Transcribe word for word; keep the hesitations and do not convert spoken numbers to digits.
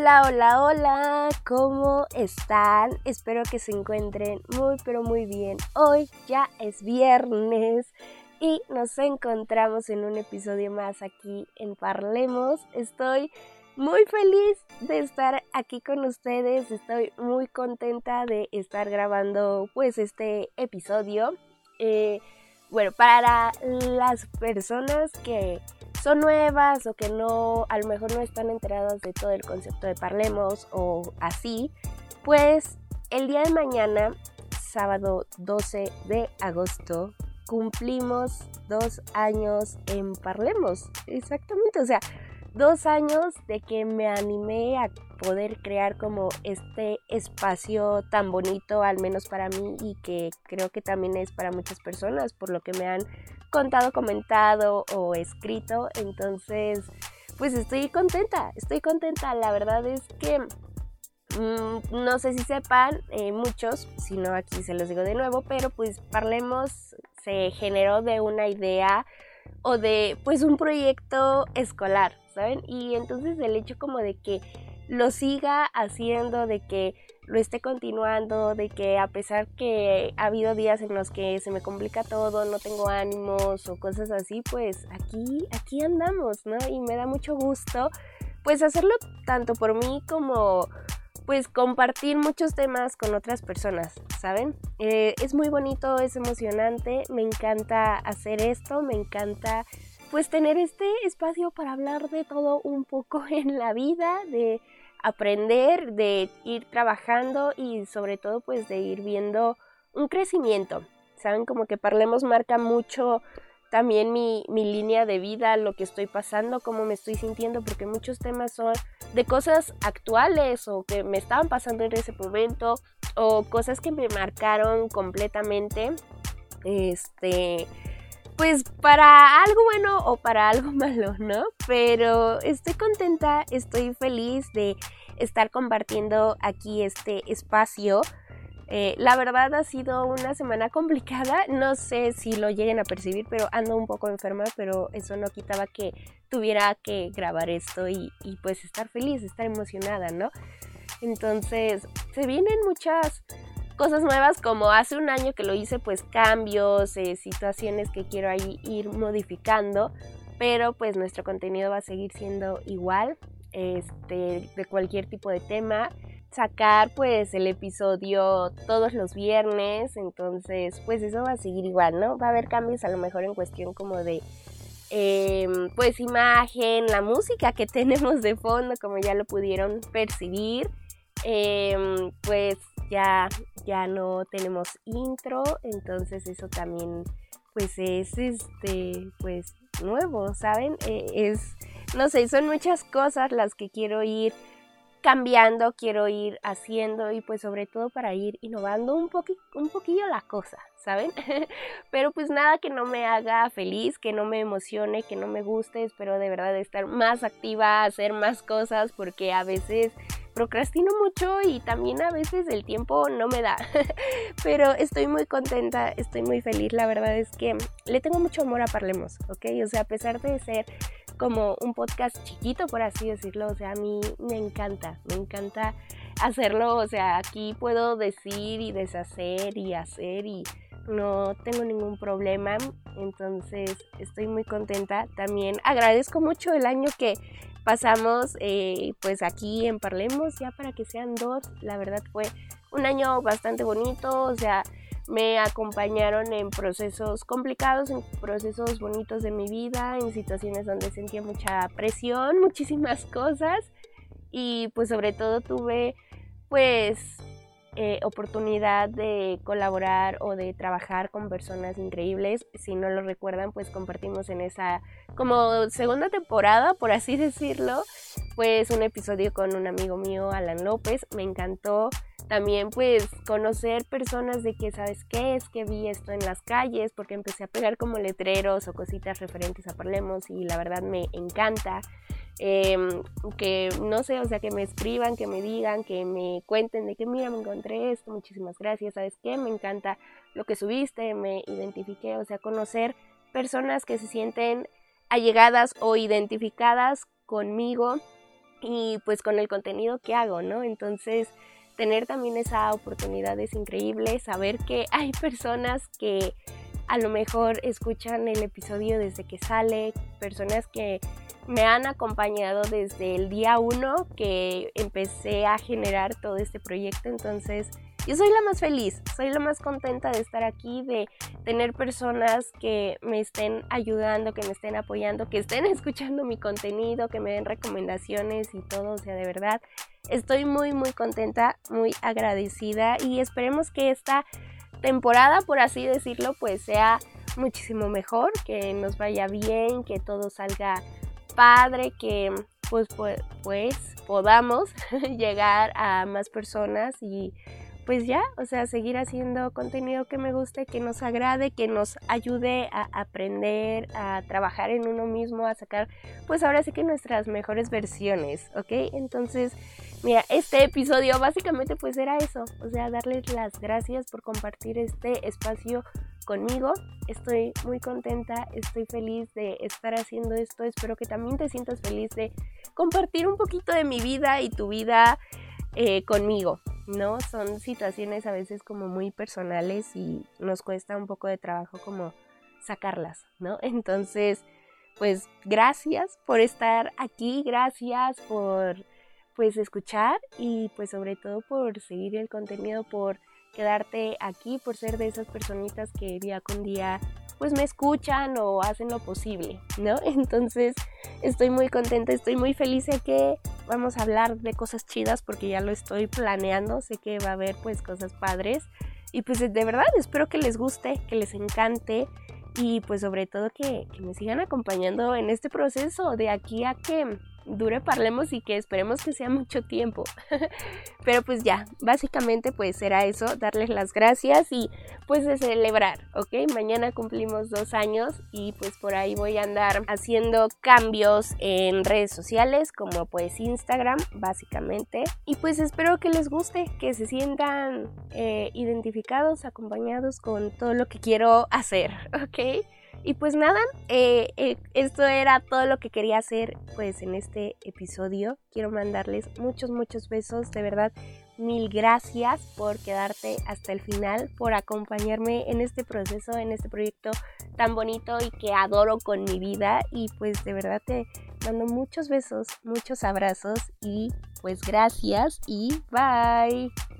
Hola, hola, hola, ¿cómo están? Espero que se encuentren muy, pero muy bien. Hoy ya es viernes y nos encontramos en un episodio más aquí en Parlemos. Estoy muy feliz de estar aquí con ustedes, estoy muy contenta de estar grabando pues este episodio. Eh, bueno, para las personas que son nuevas o que no, a lo mejor no están enteradas de todo el concepto de Parlemos o así, pues el día de mañana, sábado doce de agosto, cumplimos dos años en Parlemos. Exactamente, o sea, dos años de que me animé a poder crear como este espacio tan bonito, al menos para mí, y que creo que también es para muchas personas, por lo que me han contado, comentado o escrito. Entonces, pues estoy contenta, estoy contenta. La verdad es que mmm, no sé si sepan eh, muchos, si no aquí se los digo de nuevo, pero pues Parlemos se generó de una idea o de pues un proyecto escolar, ¿saben? Y entonces el hecho como de que lo siga haciendo, de que lo esté continuando, de que a pesar que ha habido días en los que se me complica todo, no tengo ánimos o cosas así, pues aquí, aquí andamos, ¿no? Y me da mucho gusto pues hacerlo tanto por mí como pues compartir muchos temas con otras personas, ¿saben? Eh, es muy bonito, es emocionante, me encanta hacer esto, me encanta pues tener este espacio para hablar de todo un poco en la vida, de aprender, de ir trabajando y sobre todo pues de ir viendo un crecimiento, ¿saben? Como que Parlemos marca mucho también mi, mi línea de vida, lo que estoy pasando, cómo me estoy sintiendo, porque muchos temas son de cosas actuales o que me estaban pasando en ese momento o cosas que me marcaron completamente, este, pues para algo bueno o para algo malo, ¿no? Pero estoy contenta, estoy feliz de estar compartiendo aquí este espacio. Eh, la verdad ha sido una semana complicada, no sé si lo lleguen a percibir, pero ando un poco enferma, pero eso no quitaba que tuviera que grabar esto y, y pues estar feliz, estar emocionada, ¿no? Entonces se vienen muchas cosas nuevas, como hace un año que lo hice, pues cambios, eh, situaciones que quiero ahí ir modificando, pero pues nuestro contenido va a seguir siendo igual, este, de cualquier tipo de tema. Sacar pues el episodio todos los viernes, entonces pues eso va a seguir igual, ¿no? Va a haber cambios a lo mejor en cuestión como de eh, pues imagen, la música que tenemos de fondo, como ya lo pudieron percibir, eh, pues ya, ya no tenemos intro, entonces eso también pues es este pues nuevo, ¿saben? Eh, es, no sé, son muchas cosas las que quiero ir cambiando, quiero ir haciendo y pues sobre todo para ir innovando un, poqui- un poquillo la cosa, ¿saben? Pero pues nada que no me haga feliz, que no me emocione, que no me guste. Espero de verdad estar más activa, hacer más cosas, porque a veces procrastino mucho y también a veces el tiempo no me da. Pero estoy muy contenta, estoy muy feliz. La verdad es que le tengo mucho amor a Parlemos, ¿ok? O sea, a pesar de ser como un podcast chiquito, por así decirlo, o sea, a mí me encanta, me encanta hacerlo, o sea, aquí puedo decir y deshacer y hacer y no tengo ningún problema, entonces estoy muy contenta. También agradezco mucho el año que pasamos eh, pues aquí en Parlemos, ya para que sean dos, la verdad fue un año bastante bonito, o sea, me acompañaron en procesos complicados, en procesos bonitos de mi vida, en situaciones donde sentía mucha presión, muchísimas cosas, y pues sobre todo tuve pues eh, oportunidad de colaborar o de trabajar con personas increíbles. Si no lo recuerdan, pues compartimos en esa como segunda temporada, por así decirlo, pues un episodio con un amigo mío, Alan López. Me encantó también pues conocer personas de que, ¿sabes qué? Es que vi esto en las calles, porque empecé a pegar como letreros o cositas referentes a Parlemos y la verdad me encanta. Eh, que no sé, o sea, que me escriban, que me digan, que me cuenten de que mira, me encontré esto, muchísimas gracias, ¿sabes qué? Me encanta lo que subiste, me identifiqué, o sea, conocer personas que se sienten allegadas o identificadas conmigo y pues con el contenido que hago, ¿no? Entonces, tener también esa oportunidad es increíble, saber que hay personas que a lo mejor escuchan el episodio desde que sale, personas que me han acompañado desde el día uno que empecé a generar todo este proyecto. Entonces yo soy la más feliz, soy la más contenta de estar aquí, de tener personas que me estén ayudando, que me estén apoyando, que estén escuchando mi contenido, que me den recomendaciones y todo. O sea, de verdad estoy muy muy contenta, muy agradecida, y esperemos que esta temporada, por así decirlo, pues sea muchísimo mejor, que nos vaya bien, que todo salga padre, que pues, pues, pues podamos llegar a más personas y pues ya, o sea, seguir haciendo contenido que me guste, que nos agrade, que nos ayude a aprender, a trabajar en uno mismo, a sacar pues ahora sí que nuestras mejores versiones, ¿ok? Entonces, mira, este episodio básicamente pues era eso, o sea, darles las gracias por compartir este espacio conmigo. Estoy muy contenta, estoy feliz de estar haciendo esto, espero que también te sientas feliz de compartir un poquito de mi vida y tu vida eh, conmigo, ¿no? Son situaciones a veces como muy personales y nos cuesta un poco de trabajo como sacarlas, ¿no? Entonces, pues gracias por estar aquí, gracias por pues escuchar y pues sobre todo por seguir el contenido, por quedarte aquí, por ser de esas personitas que día con día pues me escuchan o hacen lo posible, ¿no? Entonces estoy muy contenta, estoy muy feliz de que vamos a hablar de cosas chidas porque ya lo estoy planeando, sé que va a haber pues cosas padres y pues de verdad espero que les guste, que les encante y pues sobre todo que, que me sigan acompañando en este proceso de aquí a que dure Parlemos y que esperemos que sea mucho tiempo. Pero pues ya, básicamente pues será eso, darles las gracias y pues de celebrar, ¿ok? Mañana cumplimos dos años y pues por ahí voy a andar haciendo cambios en redes sociales como pues Instagram básicamente. Y pues espero que les guste, que se sientan eh, identificados, acompañados con todo lo que quiero hacer, ¿ok? Y pues nada, eh, eh, esto era todo lo que quería hacer pues en este episodio. Quiero mandarles muchos, muchos besos, de verdad, mil gracias por quedarte hasta el final, por acompañarme en este proceso, en este proyecto tan bonito y que adoro con mi vida. Y pues de verdad te mando muchos besos, muchos abrazos y pues gracias y bye.